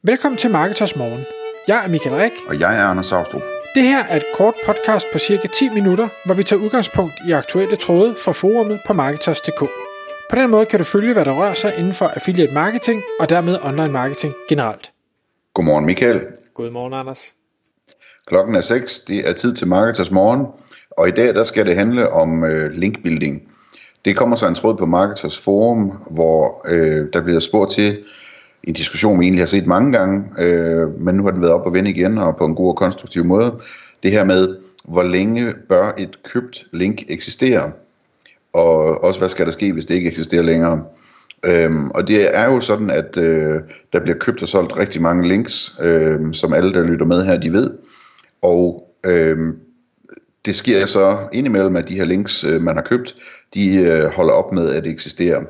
Velkommen til Marketers Morgen. Jeg er Michael Rik. Og jeg er Anders Saustrup. Det her er et kort podcast på cirka 10 minutter, hvor vi tager udgangspunkt i aktuelle tråde fra forumet på Marketers.dk. På den måde kan du følge, hvad der rører sig inden for affiliate marketing og dermed online marketing generelt. Godmorgen Michael. Godmorgen Anders. Klokken er 6, det er tid til Marketers Morgen, og i dag der skal det handle om linkbuilding. Det kommer så en tråd på Marketers Forum, hvor der bliver spurgt til en diskussion, vi egentlig har set mange gange, men nu har den været op og vende igen, og på en god og konstruktiv måde. Det her med, hvor længe bør et købt link eksistere, og også hvad skal der ske, hvis det ikke eksisterer længere. Og det er jo sådan, at der bliver købt og solgt rigtig mange links, som alle, der lytter med her, de ved. Og det sker så indimellem, at de her links, man har købt, de holder op med at eksistere.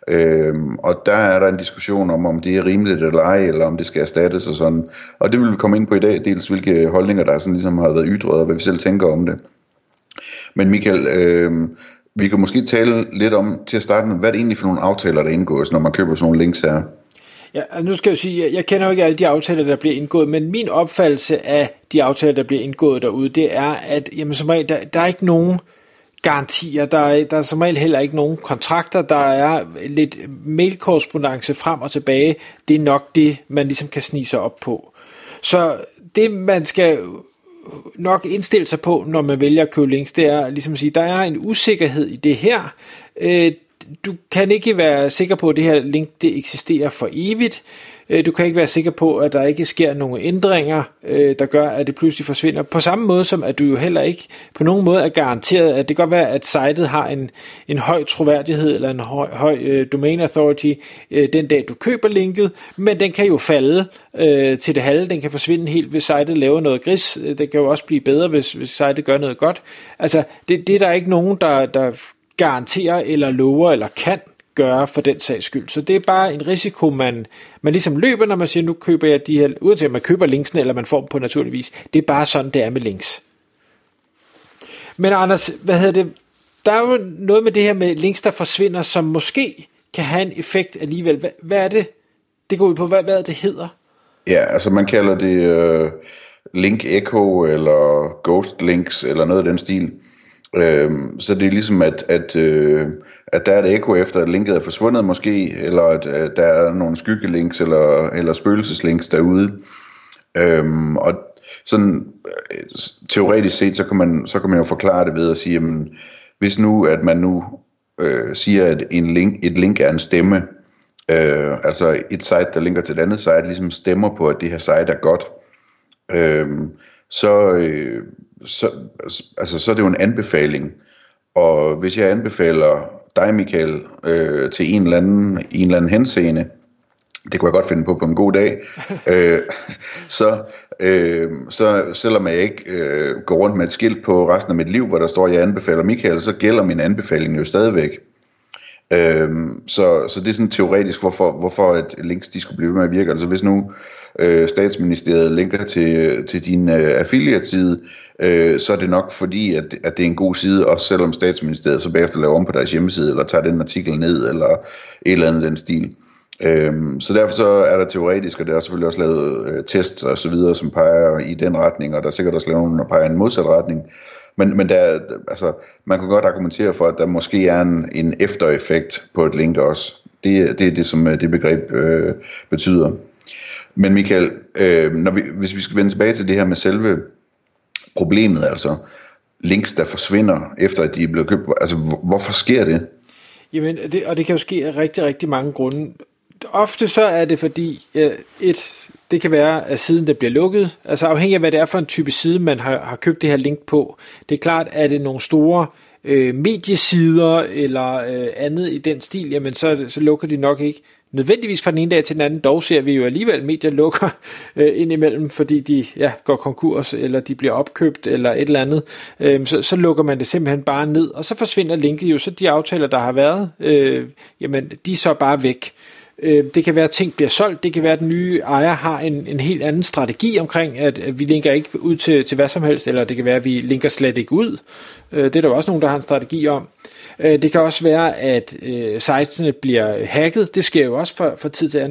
Og der er der en diskussion om det er rimeligt eller ej, eller om det skal erstattes og sådan. Og det vil vi komme ind på i dag, dels hvilke holdninger der sådan ligesom har været ytret, og hvad vi selv tænker om det. Men Michael, vi kan måske tale lidt om til at starte med, hvad er det egentlig for nogle aftaler, der indgås, når man køber sådan nogle links her? Ja, nu skal jeg sige, jeg kender jo ikke alle de aftaler, der bliver indgået, men min opfattelse af de aftaler, der bliver indgået derude, det er, at jamen, som regel, der er ikke nogen garantier, der er som regel heller ikke nogen kontrakter, der er lidt mailkorrespondance frem og tilbage, det er nok det, man ligesom kan snige sig op på. Så det, man skal nok indstille sig på, når man vælger at købe links, det er ligesom at sige, der er en usikkerhed i det her. Du kan ikke være sikker på, at det her link det eksisterer for evigt. Du kan ikke være sikker på, at der ikke sker nogle ændringer, der gør, at det pludselig forsvinder. På samme måde som, at du jo heller ikke på nogen måde er garanteret, at det kan godt være, at sitet har en høj troværdighed eller en høj domain authority den dag, du køber linket, men den kan jo falde til det halve. Den kan forsvinde helt, hvis sitet laver noget gris. Det kan jo også blive bedre, hvis sitet gør noget godt. Altså, det er der ikke nogen, der garanterer eller lover eller kan gøre for den sags skyld. Så det er bare en risiko, man ligesom løber, når man siger, nu køber jeg de her, uanset om man køber linksene, eller man får dem på naturlig vis. Det er bare sådan, det er med links. Men Anders, der er jo noget med det her med links, der forsvinder, som måske kan have en effekt alligevel. Hvad er det går ud på? Hvad er det hedder? Ja, altså man kalder det link echo, eller ghost links, eller noget af den stil. Så det er ligesom, at der er et ekko efter, at linket er forsvundet måske, eller at der er nogle skyggelinks eller spøgelseslinks derude. Og sådan teoretisk set, så kan man jo forklare det ved at sige, jamen, hvis nu, at man nu siger, at et link er en stemme, altså et site, der linker til et andet site, ligesom stemmer på, at det her site er godt, så er det jo en anbefaling. Og hvis jeg anbefaler dig, Michael, til en eller anden henseende, det kunne jeg godt finde på en god dag, så selvom jeg ikke går rundt med et skilt på resten af mit liv, hvor der står, at jeg anbefaler Michael, så gælder min anbefaling jo stadigvæk. Så det er sådan teoretisk, hvorfor at links de skulle blive ved med at virke. Altså hvis nu Statsministeriet linker til din affiliate-side, så er det nok fordi, at det er en god side, også selvom Statsministeriet så bagefter laver om på deres hjemmeside, eller tager den artikel ned, eller et eller andet den stil. Så derfor så er der teoretisk, og der er selvfølgelig også lavet tests og så videre, som peger i den retning, og der er sikkert også lavet nogle, der peger i en modsat retning. Men der, altså, man kan godt argumentere for, at der måske er en eftereffekt på et link også. Det er det, som det begreb betyder. Men Michael, hvis vi skal vende tilbage til det her med selve problemet, altså links, der forsvinder efter, at de er blevet købt, altså hvorfor sker det? Jamen, det kan jo ske af rigtig, rigtig mange grunde. Ofte så er det fordi, det kan være, at siden der bliver lukket, altså afhængig af, hvad det er for en type side, man har købt det her link på. Det er klart, at det er nogle store mediesider eller andet i den stil, jamen så lukker de nok ikke nødvendigvis fra den ene dag til den anden. Dog ser vi jo alligevel, medier lukker indimellem, fordi de går konkurs, eller de bliver opkøbt, eller et eller andet. Så lukker man det simpelthen bare ned, og så forsvinder linket jo, så de aftaler, der har været, jamen de er så bare væk. Det kan være, at ting bliver solgt. Det kan være, at den nye ejer har en helt anden strategi omkring, at vi linker ikke ud til hvad som helst, eller det kan være, at vi linker slet ikke ud. Det er der også nogen, der har en strategi om. Det kan også være, at sitesene bliver hacket. Det sker jo også fra tid til anden.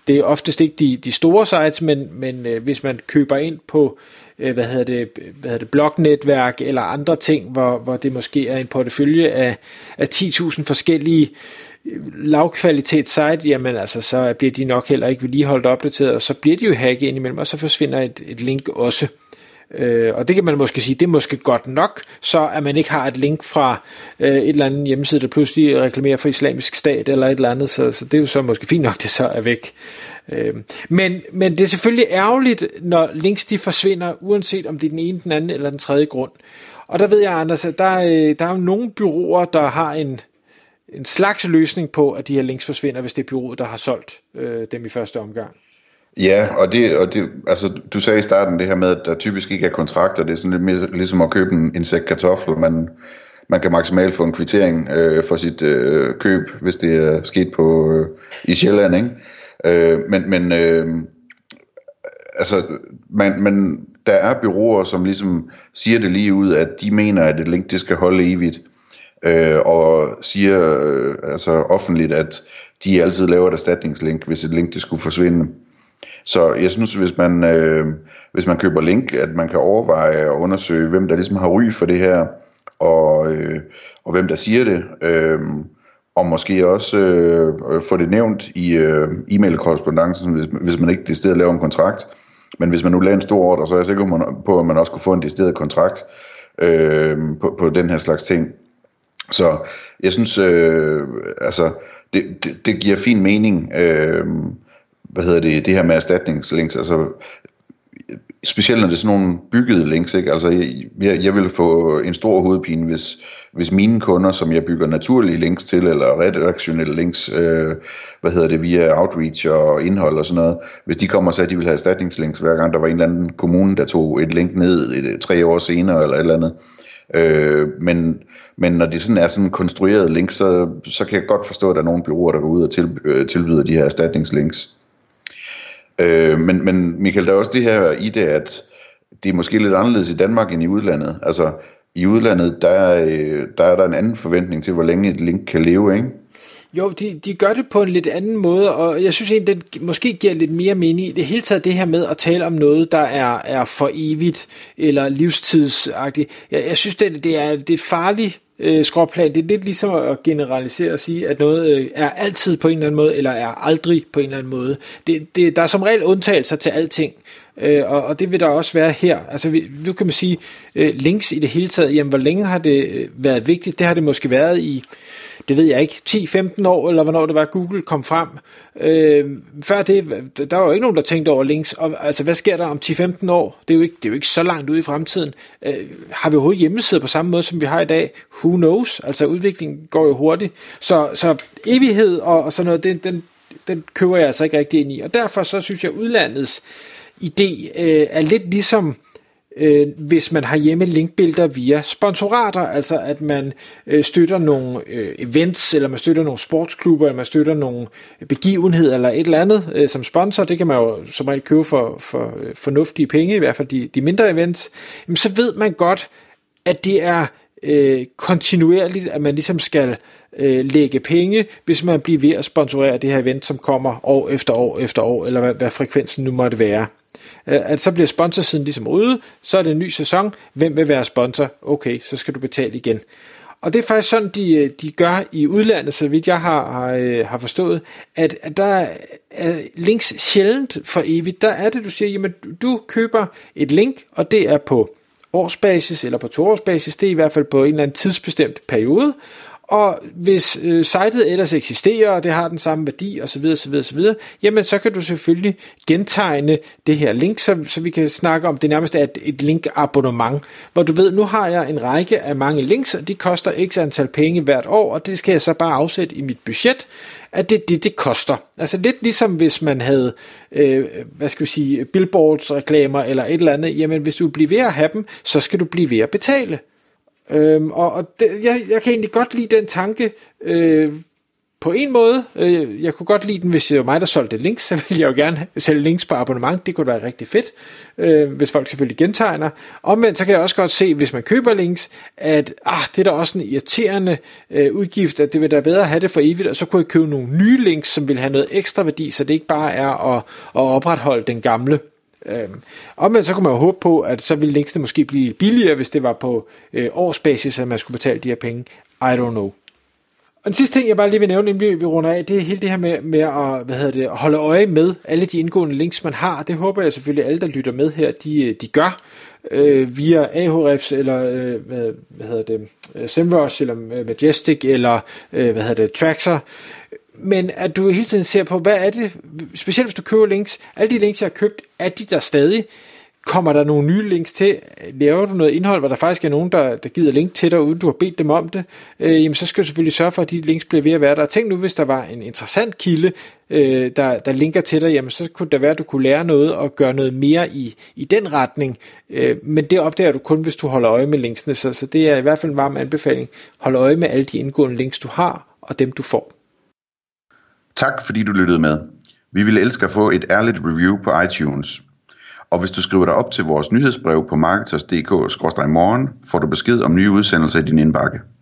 det er oftest ikke de store sites, men hvis man køber ind på blognetværk eller andre ting, hvor det måske er en portefølje af 10.000 forskellige lavkvalitet site, jamen altså, så bliver de nok heller ikke vedligeholdt opdateret, og så bliver de jo hacket indimellem, og så forsvinder et link også. Og det kan man måske sige, det er måske godt nok, så at man ikke har et link fra et eller andet hjemmeside, der pludselig reklamerer for Islamisk Stat eller et eller andet, så det er jo så måske fint nok, det så er væk. Men det er selvfølgelig ærgerligt, når links de forsvinder, uanset om det er den ene, den anden eller den tredje grund. Og der ved jeg, Anders, at der er jo nogle bureauer, der har en slags løsning på, at de her links forsvinder, hvis det er bureauet, der har solgt dem i første omgang. Ja, og det, altså du sagde i starten det her med, at der typisk ikke er kontrakter, det er sådan lidt mere ligesom at købe en sæk kartofler, man kan maksimalt få en kvittering for sit køb, hvis det er sket i Sjælland, ikke? Altså, der er bureauer, som ligesom siger det lige ud, at de mener, at et link, det skal holde evigt, og siger altså offentligt, at de altid laver et erstatningslink, hvis et link, det skulle forsvinde. Så jeg synes, hvis man køber link, at man kan overveje at undersøge, hvem der ligesom har ry for det her, og hvem der siger det, og måske også få det nævnt i e-mail-korrespondancen, hvis man ikke decideret laver en kontrakt. Men hvis man nu laver en stor ordre, så er jeg sikker på, at man også kunne få en decideret kontrakt på den her slags ting. Så jeg synes, altså, det giver fin mening, det her med erstatningslinks, altså specielt når det er sådan nogle byggede links, ikke? Altså jeg vil få en stor hovedpine, hvis mine kunder, som jeg bygger naturlige links til, eller redaktionelle links, via outreach og indhold og sådan noget, hvis de kommer og siger, at de vil have erstatningslinks, hver gang der var en eller anden kommune, der tog et link ned 3 år senere, eller et eller andet. Men når det sådan er sådan konstrueret links, så kan jeg godt forstå, at der er nogle bureauer, der går ud og tilbyder de her erstatningslinks. Men Michael, der er også det her i det, at det er måske lidt anderledes i Danmark end i udlandet. Altså i udlandet, der er en anden forventning til, hvor længe et link kan leve, ikke? Jo, de gør det på en lidt anden måde, og jeg synes egentlig, den måske giver lidt mere mening i det hele taget, det her med at tale om noget, der er for evigt eller livstidsagtigt. Jeg synes, det er et farligt skråplan. Det er lidt ligesom at generalisere og sige, at noget er altid på en eller anden måde, eller er aldrig på en eller anden måde. Der er som regel undtagelser til alting, og det vil der også være her. Altså, nu kan man sige, links i det hele taget, jamen hvor længe har det været vigtigt? Det har det måske været i, det ved jeg ikke, 10-15 år, eller hvornår det var, Google kom frem. Før det, der var jo ikke nogen, der tænkte over links. Og, altså, hvad sker der om 10-15 år? Det er jo ikke så langt ude i fremtiden. Har vi overhovedet hjemmesider på samme måde, som vi har i dag? Who knows? Altså, udviklingen går jo hurtigt. Så evighed og sådan noget, den køber jeg altså ikke rigtig ind i. Og derfor så synes jeg, udlandets idé er lidt ligesom hvis man har hjemme linkbilleder via sponsorater, altså at man støtter nogle events, eller man støtter nogle sportsklubber, eller man støtter nogle begivenheder, eller et eller andet som sponsor. Det kan man jo som regel købe for fornuftige penge, i hvert fald de mindre events. Jamen, så ved man godt, at det er kontinuerligt, at man ligesom skal lægge penge, hvis man bliver ved at sponsorere det her event, som kommer år efter år efter år, eller hvad frekvensen nu måtte være. At så bliver sponsorsiden ligesom ude, så er det en ny sæson, hvem vil være sponsor? Okay, så skal du betale igen. Og det er faktisk sådan, de gør i udlandet, så vidt jeg har forstået, at der er links sjældent for evigt. Der er det, du siger, jamen du køber et link, og det er på årsbasis eller på 2-årsbasis, det er i hvert fald på en eller anden tidsbestemt periode, og hvis sitet ellers eksisterer, og det har den samme værdi, osv., jamen så kan du selvfølgelig gentegne det her link, så vi kan snakke om, det nærmest er et linkabonnement, hvor du ved, nu har jeg en række af mange links, og de koster x antal penge hvert år, og det skal jeg så bare afsætte i mit budget, at det koster. Altså lidt ligesom hvis man havde, billboards, reklamer eller et eller andet, jamen hvis du bliver ved at have dem, så skal du blive ved at betale. Jeg kan egentlig godt lide den tanke på en måde. Jeg kunne godt lide den, hvis det var mig, der solgte links, så ville jeg jo gerne sælge links på abonnement. Det kunne være rigtig fedt, hvis folk selvfølgelig gentegner. Omvendt, så kan jeg også godt se, hvis man køber links, at det er da også en irriterende udgift, at det vil da bedre have det for evigt, og så kunne jeg købe nogle nye links, som vil have noget ekstra værdi, så det ikke bare er at opretholde den gamle. Omvendt så kunne man jo håbe på, at så ville linksene måske blive billigere, hvis det var på årsbasis, at man skulle betale de her penge. I don't know. Og den sidste ting, jeg bare lige vil nævne, inden vi runder af, det er hele det her med at holde øje med alle de indgående links, man har. Det håber jeg selvfølgelig, alle, der lytter med her, de gør via Ahrefs eller SEMrush eller Majestic eller Traxxer. Men at du hele tiden ser på, hvad er det, specielt hvis du køber links, alle de links, jeg har købt, er de der stadig? Kommer der nogle nye links til? Laver du noget indhold, hvor der faktisk er nogen, der giver link til dig, uden du har bedt dem om det? Jamen, så skal du selvfølgelig sørge for, at de links bliver ved at være der. Tænk nu, hvis der var en interessant kilde, der linker til dig, jamen, så kunne det være, at du kunne lære noget og gøre noget mere i den retning. Men det opdager du kun, hvis du holder øje med linksene. Så det er i hvert fald en varm anbefaling. Hold øje med alle de indgående links, du har, og dem, du får. Tak, fordi du lyttede med. Vi ville elske at få et ærligt review på iTunes. Og hvis du skriver dig op til vores nyhedsbrev på marketers.dk/morgen, får du besked om nye udsendelser i din indbakke.